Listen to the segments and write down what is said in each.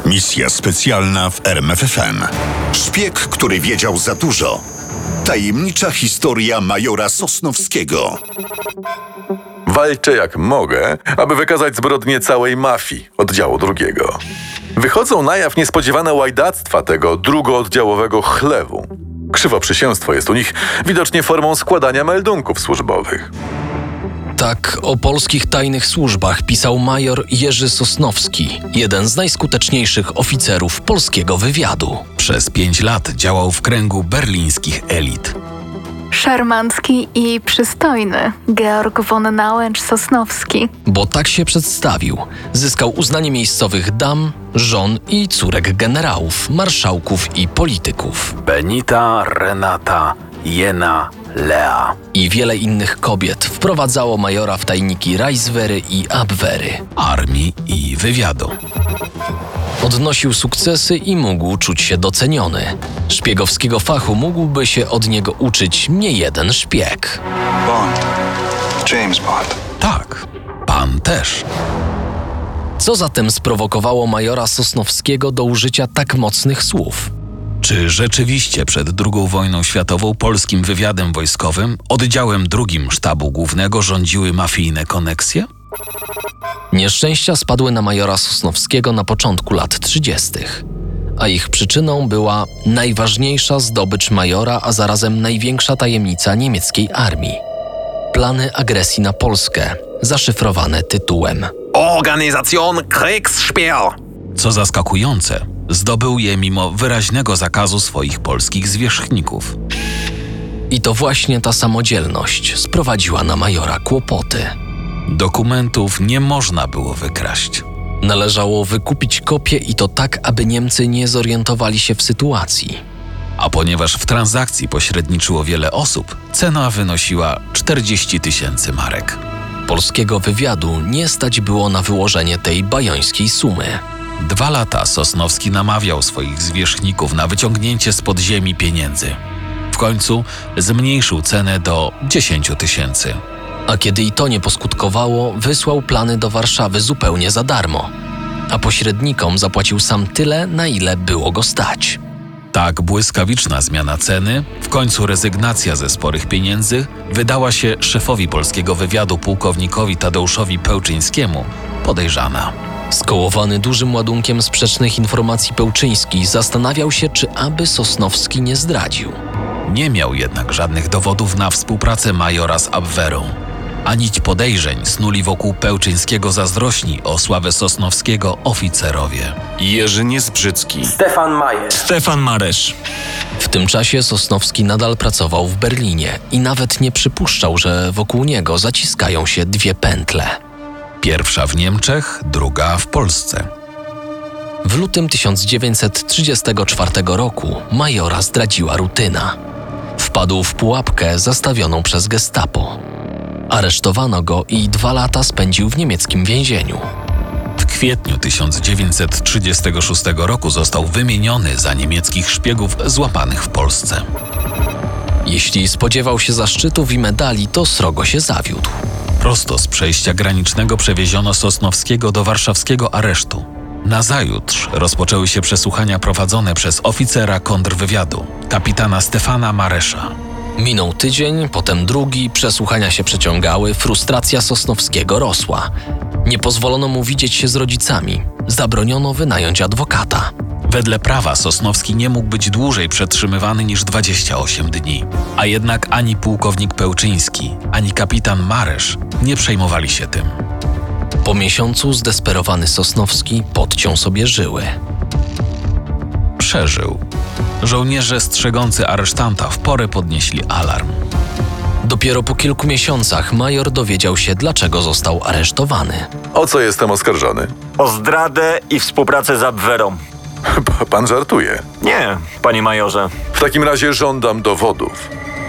Misja specjalna w RMFFM. Szpieg, który wiedział za dużo. Tajemnicza historia majora Sosnowskiego. Walczę jak mogę, aby wykazać zbrodnię całej mafii oddziału drugiego. Wychodzą na jaw niespodziewane łajdactwa tego drugooddziałowego chlewu. Krzywoprzysięstwo jest u nich widocznie formą składania meldunków służbowych. Tak o polskich tajnych służbach pisał major Jerzy Sosnowski, jeden z najskuteczniejszych oficerów polskiego wywiadu. Przez 5 lat działał w kręgu berlińskich elit. Szarmancki i przystojny Georg von Nauensch-Sosnowski. Bo tak się przedstawił. Zyskał uznanie miejscowych dam, żon i córek generałów, marszałków i polityków. Benita, Renata, Jena, Lea. I wiele innych kobiet wprowadzało majora w tajniki Reichswehry i Abwehry. Armii i wywiadu. Odnosił sukcesy i mógł czuć się doceniony. Szpiegowskiego fachu mógłby się od niego uczyć niejeden szpieg. Bond. James Bond. Tak, pan też. Co zatem sprowokowało majora Sosnowskiego do użycia tak mocnych słów? Czy rzeczywiście przed II wojną światową polskim wywiadem wojskowym, oddziałem II Sztabu Głównego rządziły mafijne koneksje? Nieszczęścia spadły na majora Sosnowskiego na początku lat 30., a ich przyczyną była najważniejsza zdobycz majora, a zarazem największa tajemnica niemieckiej armii. Plany agresji na Polskę, zaszyfrowane tytułem Organisation Kriegsspeer. Co zaskakujące, zdobył je mimo wyraźnego zakazu swoich polskich zwierzchników. I to właśnie ta samodzielność sprowadziła na majora kłopoty. Dokumentów nie można było wykraść. Należało wykupić kopie i to tak, aby Niemcy nie zorientowali się w sytuacji. A ponieważ w transakcji pośredniczyło wiele osób, cena wynosiła 40 000 marek. Polskiego wywiadu nie stać było na wyłożenie tej bajońskiej sumy. 2 lata Sosnowski namawiał swoich zwierzchników na wyciągnięcie z podziemi pieniędzy. W końcu zmniejszył cenę do 10 000. A kiedy i to nie poskutkowało, wysłał plany do Warszawy zupełnie za darmo. A pośrednikom zapłacił sam tyle, na ile było go stać. Tak błyskawiczna zmiana ceny, w końcu rezygnacja ze sporych pieniędzy, wydała się szefowi polskiego wywiadu pułkownikowi Tadeuszowi Pełczyńskiemu podejrzana. Skołowany dużym ładunkiem sprzecznych informacji Pełczyński zastanawiał się, czy aby Sosnowski nie zdradził. Nie miał jednak żadnych dowodów na współpracę majora z Abwehrą. A nić podejrzeń snuli wokół Pełczyńskiego zazdrośni o sławę Sosnowskiego oficerowie. Jerzy Niezbrzycki. Stefan Maresz. W tym czasie Sosnowski nadal pracował w Berlinie i nawet nie przypuszczał, że wokół niego zaciskają się 2 pętle. Pierwsza w Niemczech, druga w Polsce. W lutym 1934 roku majora zdradziła rutyna. Wpadł w pułapkę zastawioną przez Gestapo. Aresztowano go i 2 lata spędził w niemieckim więzieniu. W kwietniu 1936 roku został wymieniony za niemieckich szpiegów złapanych w Polsce. Jeśli spodziewał się zaszczytów i medali, to srogo się zawiódł. Prosto z przejścia granicznego przewieziono Sosnowskiego do warszawskiego aresztu. Nazajutrz rozpoczęły się przesłuchania prowadzone przez oficera kontrwywiadu, kapitana Stefana Maresza. Minął tydzień, potem drugi, przesłuchania się przeciągały, frustracja Sosnowskiego rosła. Nie pozwolono mu widzieć się z rodzicami, zabroniono wynająć adwokata. Wedle prawa Sosnowski nie mógł być dłużej przetrzymywany niż 28 dni. A jednak ani pułkownik Pełczyński, ani kapitan Maresz nie przejmowali się tym. Po miesiącu zdesperowany Sosnowski podciął sobie żyły. Przeżył. Żołnierze strzegący aresztanta w porę podnieśli alarm. Dopiero po kilku miesiącach major dowiedział się, dlaczego został aresztowany. O co jestem oskarżony? O zdradę i współpracę z Abwehrą. Pan żartuje. Nie, panie majorze. W takim razie żądam dowodów.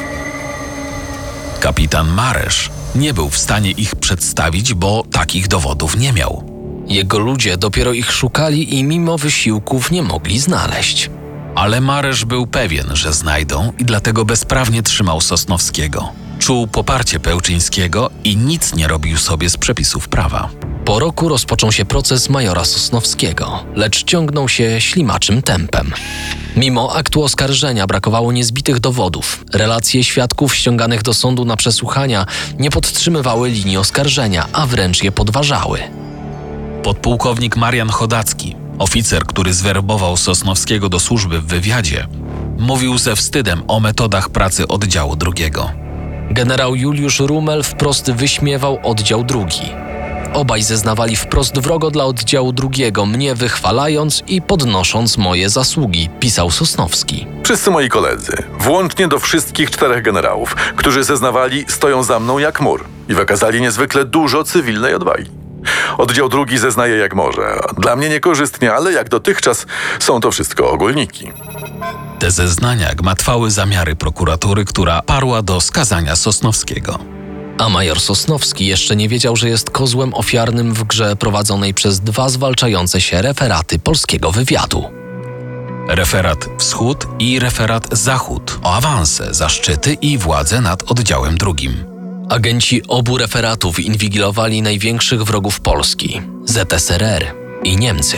Kapitan Maresz nie był w stanie ich przedstawić, bo takich dowodów nie miał. Jego ludzie dopiero ich szukali i mimo wysiłków nie mogli znaleźć. Ale Maresz był pewien, że znajdą i dlatego bezprawnie trzymał Sosnowskiego. Czuł poparcie Pełczyńskiego i nic nie robił sobie z przepisów prawa. Po roku rozpoczął się proces majora Sosnowskiego, lecz ciągnął się ślimaczym tempem. Mimo aktu oskarżenia brakowało niezbitych dowodów. Relacje świadków ściąganych do sądu na przesłuchania nie podtrzymywały linii oskarżenia, a wręcz je podważały. Podpułkownik Marian Chodacki, oficer, który zwerbował Sosnowskiego do służby w wywiadzie, mówił ze wstydem o metodach pracy oddziału drugiego. Generał Juliusz Rumel wprost wyśmiewał oddział drugi. Obaj zeznawali wprost wrogo dla oddziału drugiego, mnie wychwalając i podnosząc moje zasługi, pisał Sosnowski. Wszyscy moi koledzy, włącznie do wszystkich 4 generałów, którzy zeznawali, stoją za mną jak mur i wykazali niezwykle dużo cywilnej odwagi. Oddział drugi zeznaje jak może. Dla mnie niekorzystnie, ale jak dotychczas są to wszystko ogólniki. Te zeznania gmatwały zamiary prokuratury, która parła do skazania Sosnowskiego. A major Sosnowski jeszcze nie wiedział, że jest kozłem ofiarnym w grze prowadzonej przez 2 zwalczające się referaty polskiego wywiadu. Referat Wschód i referat Zachód o awanse, zaszczyty i władzę nad oddziałem drugim. Agenci obu referatów inwigilowali największych wrogów Polski – ZSRR i Niemcy.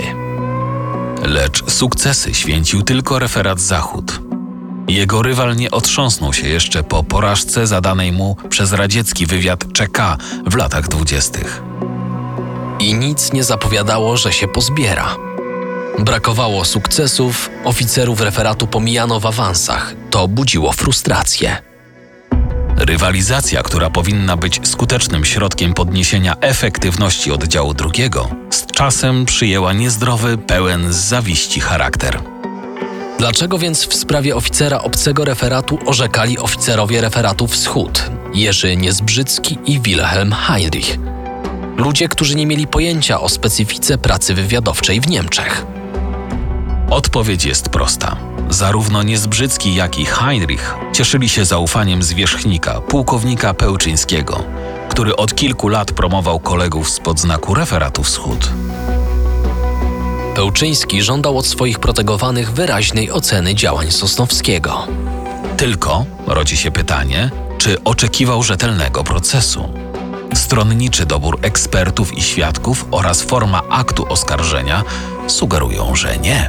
Lecz sukcesy święcił tylko referat Zachód. Jego rywal nie otrząsnął się jeszcze po porażce zadanej mu przez radziecki wywiad ČK w latach 20. I nic nie zapowiadało, że się pozbiera. Brakowało sukcesów, oficerów referatu pomijano w awansach. To budziło frustrację. Rywalizacja, która powinna być skutecznym środkiem podniesienia efektywności oddziału drugiego, z czasem przyjęła niezdrowy, pełen zawiści charakter. Dlaczego więc w sprawie oficera obcego referatu orzekali oficerowie referatu Wschód, Jerzy Niezbrzycki i Wilhelm Heinrich? Ludzie, którzy nie mieli pojęcia o specyfice pracy wywiadowczej w Niemczech. Odpowiedź jest prosta. Zarówno Niezbrzycki, jak i Heinrich cieszyli się zaufaniem zwierzchnika, pułkownika Pełczyńskiego, który od kilku lat promował kolegów spod znaku referatu Wschód. Pełczyński żądał od swoich protegowanych wyraźnej oceny działań Sosnowskiego. Tylko rodzi się pytanie, czy oczekiwał rzetelnego procesu. Stronniczy dobór ekspertów i świadków oraz forma aktu oskarżenia sugerują, że nie.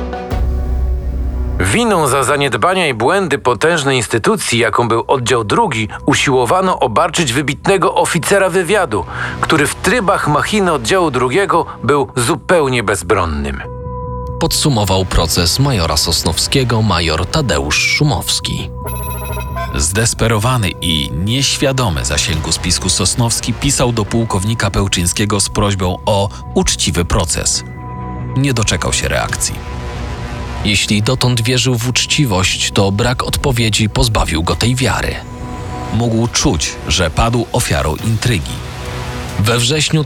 Winą za zaniedbania i błędy potężnej instytucji, jaką był oddział drugi, usiłowano obarczyć wybitnego oficera wywiadu, który w trybach machiny oddziału drugiego był zupełnie bezbronnym. Podsumował proces majora Sosnowskiego major Tadeusz Szumowski. Zdesperowany i nieświadomy zasięgu spisku Sosnowski pisał do pułkownika Pełczyńskiego z prośbą o uczciwy proces. Nie doczekał się reakcji. Jeśli dotąd wierzył w uczciwość, to brak odpowiedzi pozbawił go tej wiary. Mógł czuć, że padł ofiarą intrygi. We wrześniu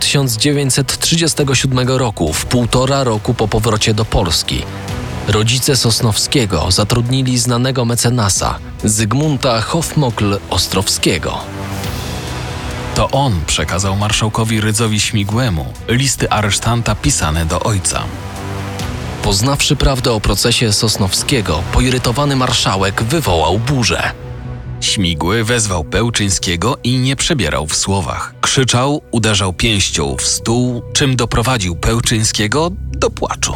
1937 roku, w 1,5 roku po powrocie do Polski, rodzice Sosnowskiego zatrudnili znanego mecenasa Zygmunta Hofmokl-Ostrowskiego. To on przekazał marszałkowi Rydzowi Śmigłemu listy aresztanta pisane do ojca. Poznawszy prawdę o procesie Sosnowskiego, poirytowany marszałek wywołał burzę. Śmigły wezwał Pełczyńskiego i nie przebierał w słowach. Krzyczał, uderzał pięścią w stół, czym doprowadził Pełczyńskiego do płaczu.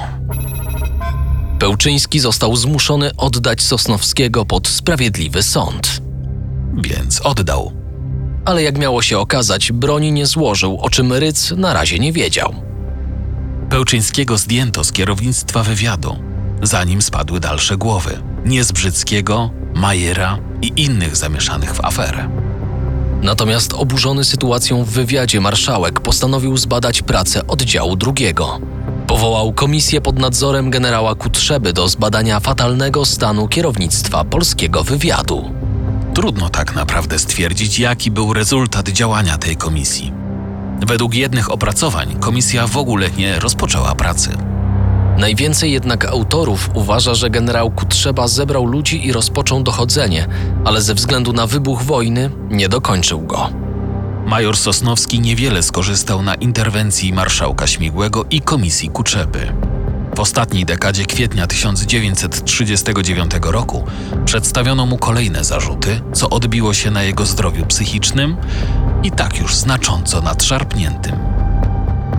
Pełczyński został zmuszony oddać Sosnowskiego pod sprawiedliwy sąd. Więc oddał. Ale jak miało się okazać, broni nie złożył, o czym Rydz na razie nie wiedział. Pełczyńskiego zdjęto z kierownictwa wywiadu, zanim spadły dalsze głowy Niezbrzyckiego, Majera i innych zamieszanych w aferę. Natomiast oburzony sytuacją w wywiadzie marszałek postanowił zbadać pracę oddziału drugiego. Powołał komisję pod nadzorem generała Kutrzeby do zbadania fatalnego stanu kierownictwa polskiego wywiadu. Trudno tak naprawdę stwierdzić, jaki był rezultat działania tej komisji. Według jednych opracowań komisja w ogóle nie rozpoczęła pracy. Najwięcej jednak autorów uważa, że generał Kutrzeba zebrał ludzi i rozpoczął dochodzenie, ale ze względu na wybuch wojny nie dokończył go. Major Sosnowski niewiele skorzystał na interwencji marszałka Śmigłego i komisji Kutrzeby. W ostatniej dekadzie kwietnia 1939 roku przedstawiono mu kolejne zarzuty, co odbiło się na jego zdrowiu psychicznym i tak już znacząco nadszarpniętym.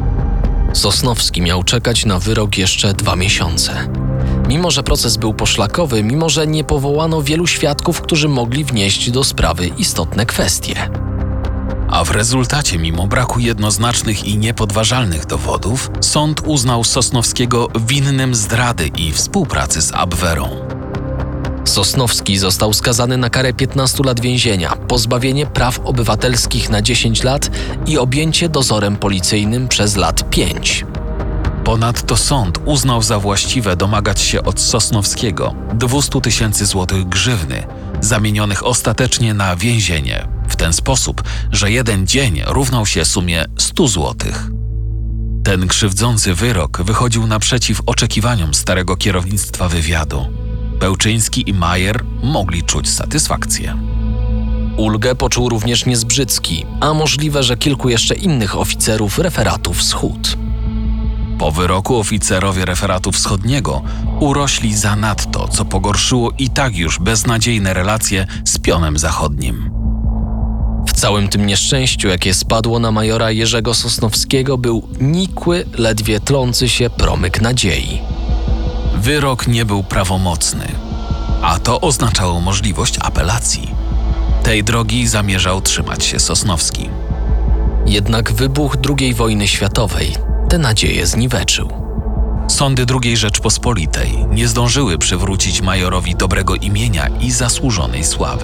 Sosnowski miał czekać na wyrok jeszcze 2 miesiące. Mimo że proces był poszlakowy, mimo że nie powołano wielu świadków, którzy mogli wnieść do sprawy istotne kwestie. A w rezultacie, mimo braku jednoznacznych i niepodważalnych dowodów, sąd uznał Sosnowskiego winnym zdrady i współpracy z Abwehrą. Sosnowski został skazany na karę 15 lat więzienia, pozbawienie praw obywatelskich na 10 lat i objęcie dozorem policyjnym przez lat 5. Ponadto sąd uznał za właściwe domagać się od Sosnowskiego 200 000 złotych grzywny, zamienionych ostatecznie na więzienie, w ten sposób, że 1 dzień równał się sumie 100 złotych. Ten krzywdzący wyrok wychodził naprzeciw oczekiwaniom starego kierownictwa wywiadu. Pełczyński i Majer mogli czuć satysfakcję. Ulgę poczuł również Niezbrzycki, a możliwe, że kilku jeszcze innych oficerów referatu Wschód. Po wyroku oficerowie referatu wschodniego urośli zanadto, co pogorszyło i tak już beznadziejne relacje z pionem zachodnim. W całym tym nieszczęściu, jakie spadło na majora Jerzego Sosnowskiego, był nikły, ledwie tlący się promyk nadziei. Wyrok nie był prawomocny, a to oznaczało możliwość apelacji. Tej drogi zamierzał trzymać się Sosnowski. Jednak wybuch II wojny światowej te nadzieje zniweczył. Sądy II Rzeczpospolitej nie zdążyły przywrócić majorowi dobrego imienia i zasłużonej sławy.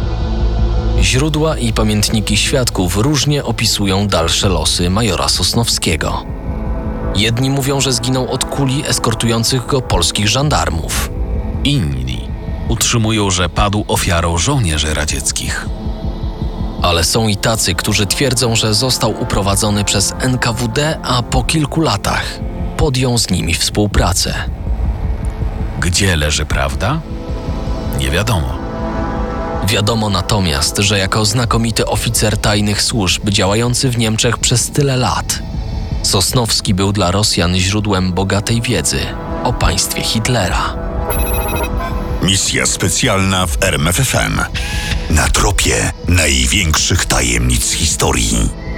Źródła i pamiętniki świadków różnie opisują dalsze losy majora Sosnowskiego. Jedni mówią, że zginął od kuli eskortujących go polskich żandarmów. Inni utrzymują, że padł ofiarą żołnierzy radzieckich. Ale są i tacy, którzy twierdzą, że został uprowadzony przez NKWD, a po kilku latach podjął z nimi współpracę. Gdzie leży prawda? Nie wiadomo. Wiadomo natomiast, że jako znakomity oficer tajnych służb działający w Niemczech przez tyle lat, Sosnowski był dla Rosjan źródłem bogatej wiedzy o państwie Hitlera. Misja specjalna w RMFFM. Na tropie największych tajemnic historii.